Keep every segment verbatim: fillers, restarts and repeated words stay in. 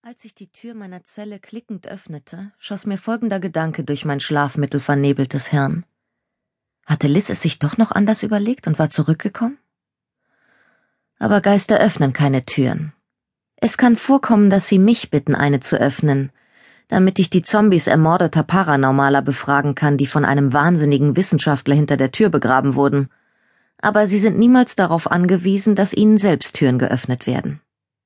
Als ich die Tür meiner Zelle klickend öffnete, schoss mir folgender Gedanke durch mein schlafmittelvernebeltes Hirn. Hatte Liz es sich doch noch anders überlegt und war zurückgekommen? Aber Geister öffnen keine Türen. Es kann vorkommen, dass sie mich bitten, eine zu öffnen, damit ich die Zombies ermordeter Paranormaler befragen kann, die von einem wahnsinnigen Wissenschaftler hinter der Tür begraben wurden. Aber sie sind niemals darauf angewiesen, dass ihnen selbst Türen geöffnet werden.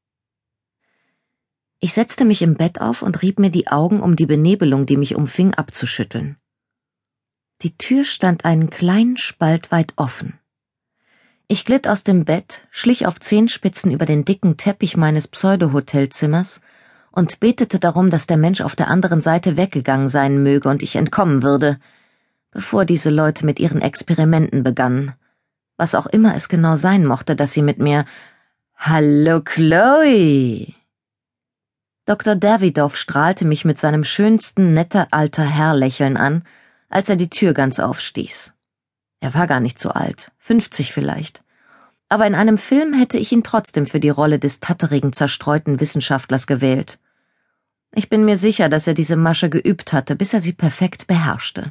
Ich setzte mich im Bett auf und rieb mir die Augen, um die Benebelung, die mich umfing, abzuschütteln. Die Tür stand einen kleinen Spalt weit offen. Ich glitt aus dem Bett, schlich auf Zehenspitzen über den dicken Teppich meines Pseudo-Hotelzimmers und betete darum, dass der Mensch auf der anderen Seite weggegangen sein möge und ich entkommen würde, bevor diese Leute mit ihren Experimenten begannen. Was auch immer es genau sein mochte, dass sie mit mir... »Hallo, Chloe!« Doktor Davidoff strahlte mich mit seinem schönsten, netter alter Herr-Lächeln an, als er die Tür ganz aufstieß. Er war gar nicht so alt, fünfzig vielleicht. Aber in einem Film hätte ich ihn trotzdem für die Rolle des tatterigen, zerstreuten Wissenschaftlers gewählt. Ich bin mir sicher, dass er diese Masche geübt hatte, bis er sie perfekt beherrschte.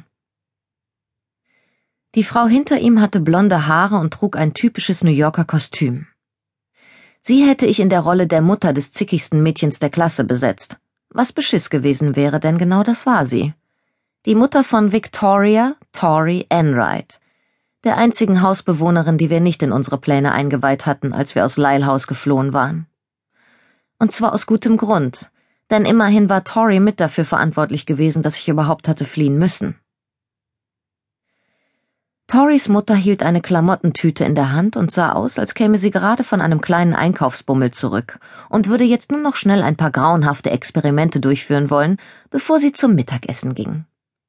Die Frau hinter ihm hatte blonde Haare und trug ein typisches New Yorker Kostüm. Sie hätte ich in der Rolle der Mutter des zickigsten Mädchens der Klasse besetzt, was Beschiss gewesen wäre, denn genau das war sie. Die Mutter von Victoria Tori Enright, der einzigen Hausbewohnerin, die wir nicht in unsere Pläne eingeweiht hatten, als wir aus Lyle House geflohen waren. Und zwar aus gutem Grund, denn immerhin war Tori mit dafür verantwortlich gewesen, dass ich überhaupt hatte fliehen müssen. Toris Mutter hielt eine Klamottentüte in der Hand und sah aus, als käme sie gerade von einem kleinen Einkaufsbummel zurück und würde jetzt nur noch schnell ein paar grauenhafte Experimente durchführen wollen, bevor sie zum Mittagessen ging.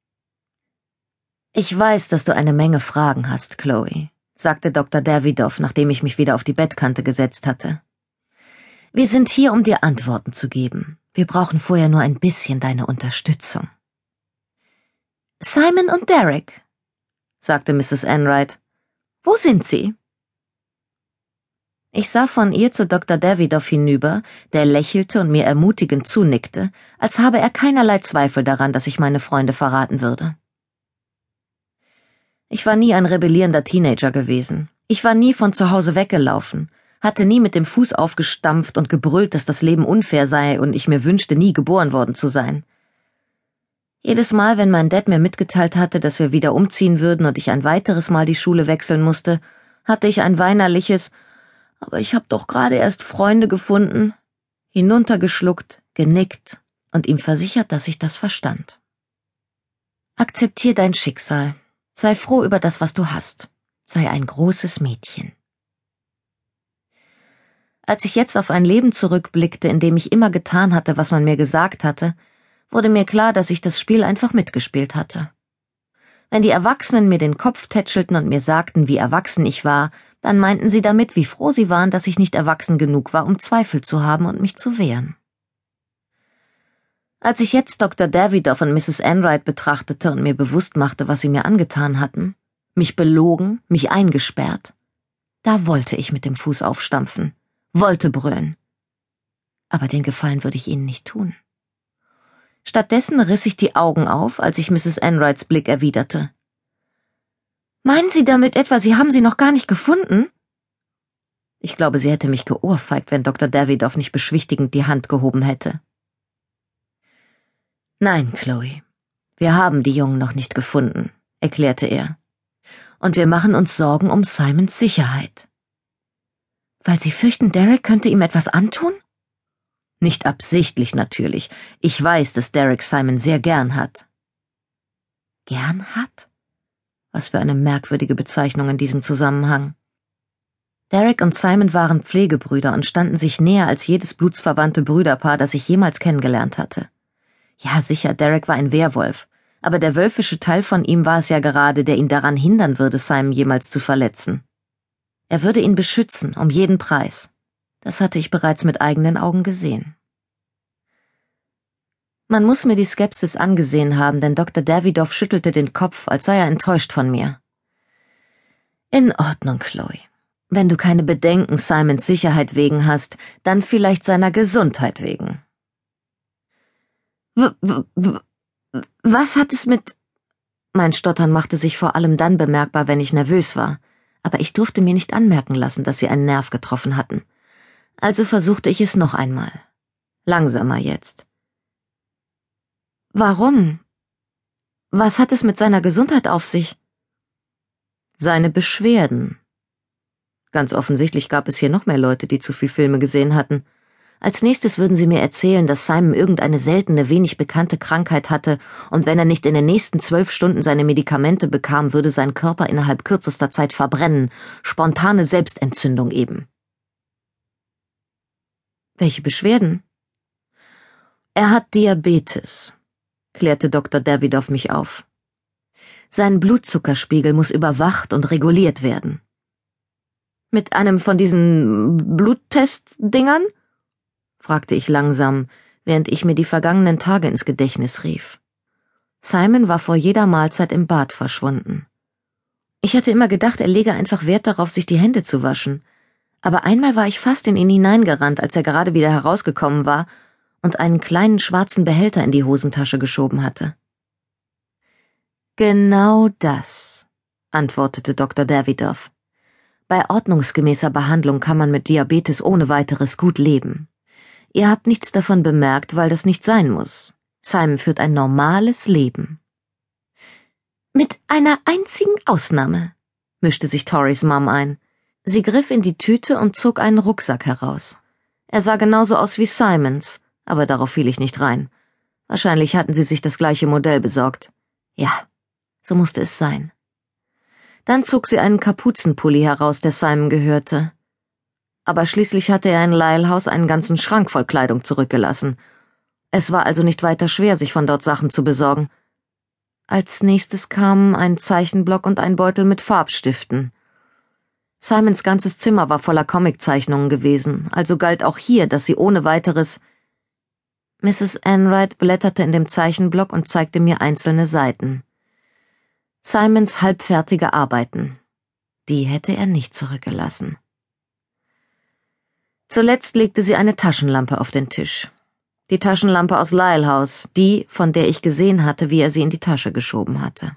»Ich weiß, dass du eine Menge Fragen hast, Chloe«, sagte Doktor Davidoff, nachdem ich mich wieder auf die Bettkante gesetzt hatte. »Wir sind hier, um dir Antworten zu geben. Wir brauchen vorher nur ein bisschen deine Unterstützung.« »Simon und Derek«, sagte Misses Enright. »Wo sind sie?« Ich sah von ihr zu Doktor Davidoff hinüber, der lächelte und mir ermutigend zunickte, als habe er keinerlei Zweifel daran, dass ich meine Freunde verraten würde. Ich war nie ein rebellierender Teenager gewesen. Ich war nie von zu Hause weggelaufen, hatte nie mit dem Fuß aufgestampft und gebrüllt, dass das Leben unfair sei und ich mir wünschte, nie geboren worden zu sein. Jedes Mal, wenn mein Dad mir mitgeteilt hatte, dass wir wieder umziehen würden und ich ein weiteres Mal die Schule wechseln musste, hatte ich ein weinerliches »Aber ich hab doch gerade erst Freunde gefunden«, hinuntergeschluckt, genickt und ihm versichert, dass ich das verstand. Akzeptier dein Schicksal. Sei froh über das, was du hast. Sei ein großes Mädchen. Als ich jetzt auf ein Leben zurückblickte, in dem ich immer getan hatte, was man mir gesagt hatte, wurde mir klar, dass ich das Spiel einfach mitgespielt hatte. Wenn die Erwachsenen mir den Kopf tätschelten und mir sagten, wie erwachsen ich war, dann meinten sie damit, wie froh sie waren, dass ich nicht erwachsen genug war, um Zweifel zu haben und mich zu wehren. Als ich jetzt Doktor Davidoff und Misses Enright betrachtete und mir bewusst machte, was sie mir angetan hatten, mich belogen, mich eingesperrt, da wollte ich mit dem Fuß aufstampfen, wollte brüllen. Aber den Gefallen würde ich ihnen nicht tun. Stattdessen riss ich die Augen auf, als ich Misses Enrights Blick erwiderte. »Meinen Sie damit etwa, Sie haben sie noch gar nicht gefunden?« Ich glaube, sie hätte mich geohrfeigt, wenn Doktor Davidoff nicht beschwichtigend die Hand gehoben hätte. »Nein, Chloe, wir haben die Jungen noch nicht gefunden«, erklärte er. »Und wir machen uns Sorgen um Simons Sicherheit.« »Weil Sie fürchten, Derek könnte ihm etwas antun?« »Nicht absichtlich natürlich. Ich weiß, dass Derek Simon sehr gern hat.« »Gern hat?« Was für eine merkwürdige Bezeichnung in diesem Zusammenhang. Derek und Simon waren Pflegebrüder und standen sich näher als jedes blutsverwandte Brüderpaar, das ich jemals kennengelernt hatte. Ja, sicher, Derek war ein Werwolf, aber der wölfische Teil von ihm war es ja gerade, der ihn daran hindern würde, Simon jemals zu verletzen. Er würde ihn beschützen, um jeden Preis. Das hatte ich bereits mit eigenen Augen gesehen. Man muss mir die Skepsis angesehen haben, denn Doktor Davidoff schüttelte den Kopf, als sei er enttäuscht von mir. »In Ordnung, Chloe. Wenn du keine Bedenken Simons Sicherheit wegen hast, dann vielleicht seiner Gesundheit wegen.« W w w was hat es mit... Mein Stottern machte sich vor allem dann bemerkbar, wenn ich nervös war, aber ich durfte mir nicht anmerken lassen, dass sie einen Nerv getroffen hatten. Also versuchte ich es noch einmal. Langsamer jetzt. Warum? Was hat es mit seiner Gesundheit auf sich? Seine Beschwerden. Ganz offensichtlich gab es hier noch mehr Leute, die zu viel Filme gesehen hatten. Als nächstes würden sie mir erzählen, dass Simon irgendeine seltene, wenig bekannte Krankheit hatte, und wenn er nicht in den nächsten zwölf Stunden seine Medikamente bekam, würde sein Körper innerhalb kürzester Zeit verbrennen. Spontane Selbstentzündung eben. Welche Beschwerden? Er hat Diabetes, klärte Doktor Davidoff mich auf. Sein Blutzuckerspiegel muss überwacht und reguliert werden. Mit einem von diesen Bluttest-Dingern? Fragte ich langsam, während ich mir die vergangenen Tage ins Gedächtnis rief. Simon war vor jeder Mahlzeit im Bad verschwunden. Ich hatte immer gedacht, er lege einfach Wert darauf, sich die Hände zu waschen. Aber einmal war ich fast in ihn hineingerannt, als er gerade wieder herausgekommen war und einen kleinen schwarzen Behälter in die Hosentasche geschoben hatte. Genau das, antwortete Doktor Davidoff. Bei ordnungsgemäßer Behandlung kann man mit Diabetes ohne weiteres gut leben. Ihr habt nichts davon bemerkt, weil das nicht sein muss. Simon führt ein normales Leben. Mit einer einzigen Ausnahme, mischte sich Torys Mom ein. Sie griff in die Tüte und zog einen Rucksack heraus. Er sah genauso aus wie Simons, aber darauf fiel ich nicht rein. Wahrscheinlich hatten sie sich das gleiche Modell besorgt. Ja, so musste es sein. Dann zog sie einen Kapuzenpulli heraus, der Simon gehörte. Aber schließlich hatte er in Lyle House einen ganzen Schrank voll Kleidung zurückgelassen. Es war also nicht weiter schwer, sich von dort Sachen zu besorgen. Als nächstes kamen ein Zeichenblock und ein Beutel mit Farbstiften. Simons ganzes Zimmer war voller Comiczeichnungen gewesen, also galt auch hier, dass sie ohne weiteres... Misses Enright blätterte in dem Zeichenblock und zeigte mir einzelne Seiten. Simons halbfertige Arbeiten. Die hätte er nicht zurückgelassen. Zuletzt legte sie eine Taschenlampe auf den Tisch. Die Taschenlampe aus Lyle House, die, von der ich gesehen hatte, wie er sie in die Tasche geschoben hatte.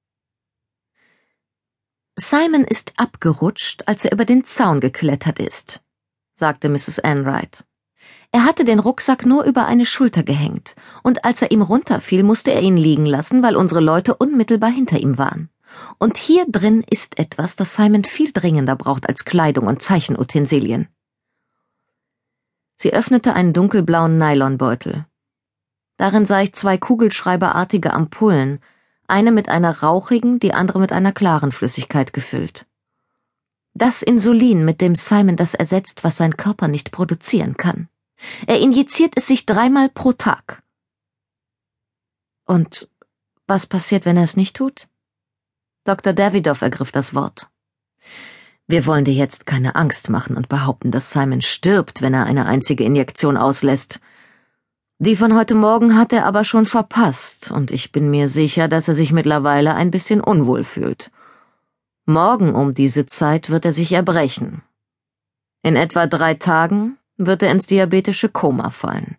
Simon ist abgerutscht, als er über den Zaun geklettert ist, sagte Misses Enright. Er hatte den Rucksack nur über eine Schulter gehängt, und als er ihm runterfiel, musste er ihn liegen lassen, weil unsere Leute unmittelbar hinter ihm waren. Und hier drin ist etwas, das Simon viel dringender braucht als Kleidung und Zeichenutensilien. Sie öffnete einen dunkelblauen Nylonbeutel. Darin sah ich zwei kugelschreiberartige Ampullen, eine mit einer rauchigen, die andere mit einer klaren Flüssigkeit gefüllt. Das Insulin, mit dem Simon das ersetzt, was sein Körper nicht produzieren kann. Er injiziert es sich dreimal pro Tag. Und was passiert, wenn er es nicht tut? Doktor Davidoff ergriff das Wort. Wir wollen dir jetzt keine Angst machen und behaupten, dass Simon stirbt, wenn er eine einzige Injektion auslässt. Die von heute Morgen hat er aber schon verpasst, und ich bin mir sicher, dass er sich mittlerweile ein bisschen unwohl fühlt. Morgen um diese Zeit wird er sich erbrechen. In etwa drei Tagen wird er ins diabetische Koma fallen.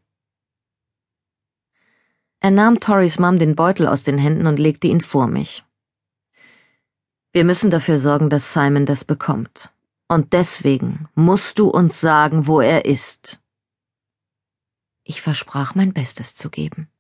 Er nahm Torys Mom den Beutel aus den Händen und legte ihn vor mich. Wir müssen dafür sorgen, dass Simon das bekommt. Und deswegen musst du uns sagen, wo er ist. Ich versprach, mein Bestes zu geben.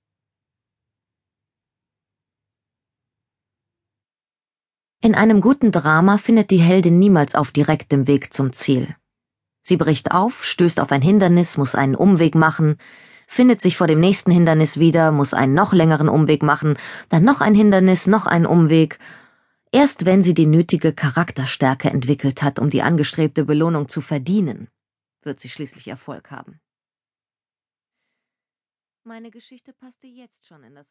In einem guten Drama findet die Heldin niemals auf direktem Weg zum Ziel. Sie bricht auf, stößt auf ein Hindernis, muss einen Umweg machen, findet sich vor dem nächsten Hindernis wieder, muss einen noch längeren Umweg machen, dann noch ein Hindernis, noch ein Umweg. Erst wenn sie die nötige Charakterstärke entwickelt hat, um die angestrebte Belohnung zu verdienen, wird sie schließlich Erfolg haben. Meine Geschichte passte jetzt schon in das